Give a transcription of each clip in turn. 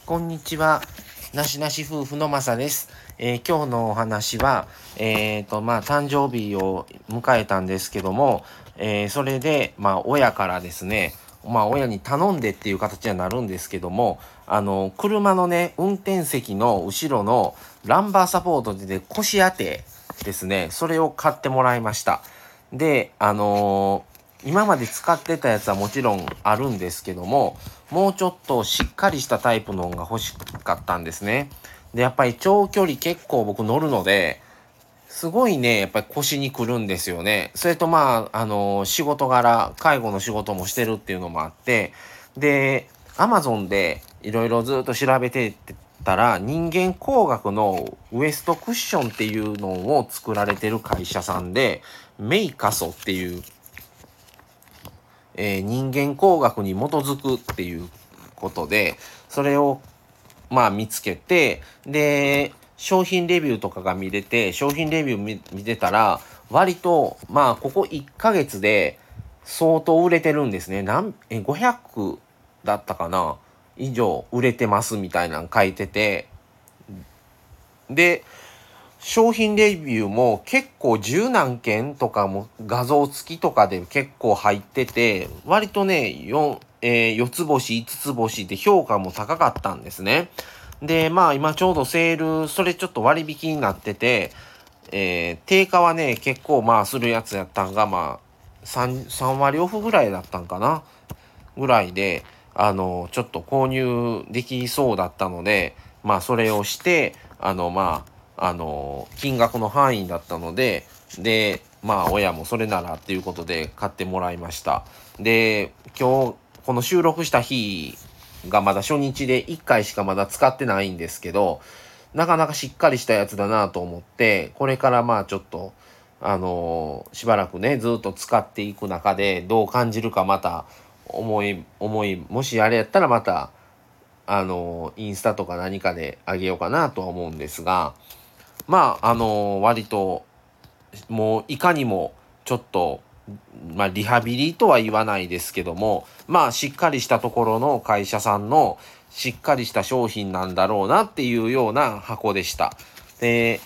こんにちは。なしなし夫婦のまさです。今日のお話は、誕生日を迎えたんですけども、それで、親からですね、親に頼んでっていう形にはなるんですけども、車のね、運転席の後ろのランバーサポートで腰当てですね、それを買ってもらいました。で、今まで使ってたやつはもちろんあるんですけども、もうちょっとしっかりしたタイプのが欲しかったんですね。で、やっぱり長距離結構僕乗るので、すごいね、やっぱり腰にくるんですよね。それと仕事柄、介護の仕事もしてるっていうのもあって、で、Amazon でいろいろずっと調べてたら、人間工学のウエストクッションっていうのを作られてる会社さんで、メイカソっていう人間工学に基づくっていうことで、それを見つけて、で、商品レビューとかが見れて、商品レビュー見てたら、割と、ここ1ヶ月で相当売れてるんですね。500だったかな以上売れてますみたいなの書いてて、で、商品レビューも結構十何件とかも画像付きとかで結構入ってて、割とね、4つ星、5つ星で評価も高かったんですね。で、今ちょうどセール、それちょっと割引になってて、定価はね、結構するやつやったんが、3割オフぐらいだったんかなぐらいで、ちょっと購入できそうだったので、それをして、金額の範囲だったので、で、親もそれならっていうことで買ってもらいました。で、今日、この収録した日がまだ初日で1回しかまだ使ってないんですけど、なかなかしっかりしたやつだなと思って、これからちょっと、しばらくね、ずっと使っていく中でどう感じるかまたもしあれやったらまた、インスタとか何かであげようかなとは思うんですが、割と、もういかにもちょっと、リハビリとは言わないですけども、しっかりしたところの会社さんのしっかりした商品なんだろうなっていうような箱でした。で、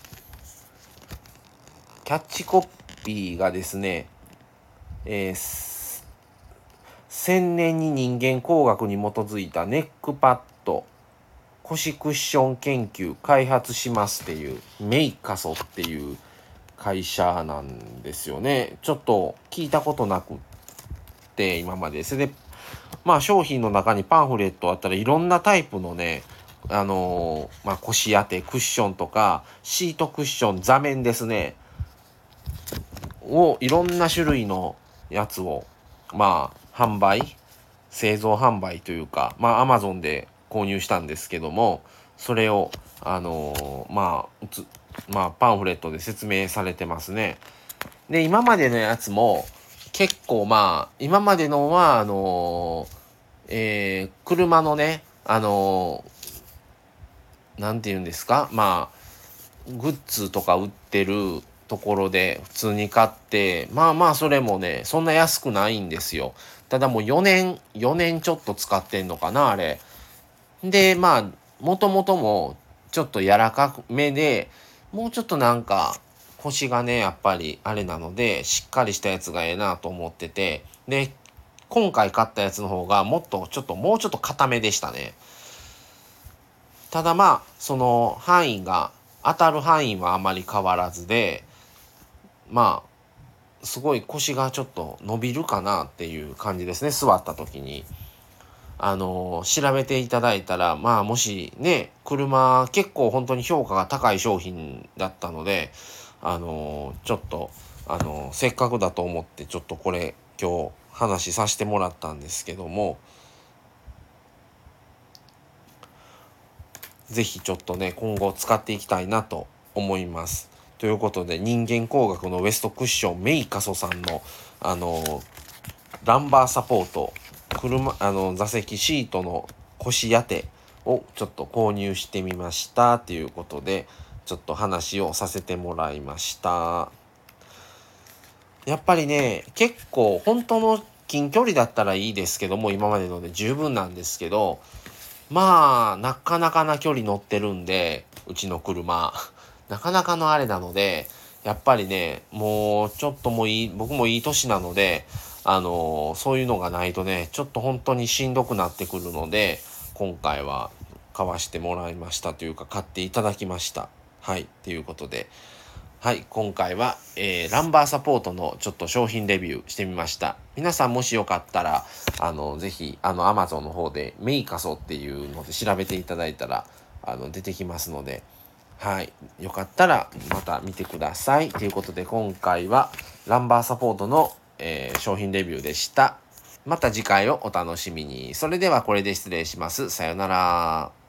キャッチコピーがですね、1000年に人間工学に基づいたネックパッド腰クッション研究開発しますっていうメイカソっていう会社なんですよね。ちょっと聞いたことなくって今まで。それで商品の中にパンフレットあったらいろんなタイプのね腰当てクッションとかシートクッション座面ですねをいろんな種類のやつを製造販売というかAmazon で購入したんですけども、それをパンフレットで説明されてますね。で今までのやつも結構今までのは車のねなんて言うんですかグッズとか売ってるところで普通に買ってそれもねそんな安くないんですよ。ただもう4年ちょっと使ってんのかなあれでもともともちょっと柔らかめでもうちょっとなんか腰がねやっぱりあれなのでしっかりしたやつがええなと思ってて、で今回買ったやつの方がもうちょっと硬めでしたね。ただその当たる範囲はあまり変わらずで、すごい腰がちょっと伸びるかなっていう感じですね、座った時に。調べていただいたら、もしね、車結構本当に評価が高い商品だったので、ちょっと、せっかくだと思ってちょっとこれ今日話させてもらったんですけども、ぜひちょっとね、今後使っていきたいなと思います。ということで、人間工学のウエストクッションメイカソさんの、ランバーサポート、座席シートの腰当てをちょっと購入してみましたということで、ちょっと話をさせてもらいました。やっぱりね、結構本当の近距離だったらいいですけども、今までので十分なんですけど、 まあ、なかなかな距離乗ってるんで、うちの車。なかなかのあれなので、やっぱりね、もうちょっともう僕もいい年なので、そういうのがないとね、ちょっと本当にしんどくなってくるので、今回は買わしてもらいましたというか、買っていただきました。はい、ということで。はい、今回は、ランバーサポートのちょっと商品レビューしてみました。皆さんもしよかったら、ぜひ、Amazon の方でメイカソっていうので調べていただいたら、出てきますので、はい、よかったらまた見てください。ということで、今回はランバーサポートの、商品レビューでした。また次回をお楽しみに。それではこれで失礼します。さよなら。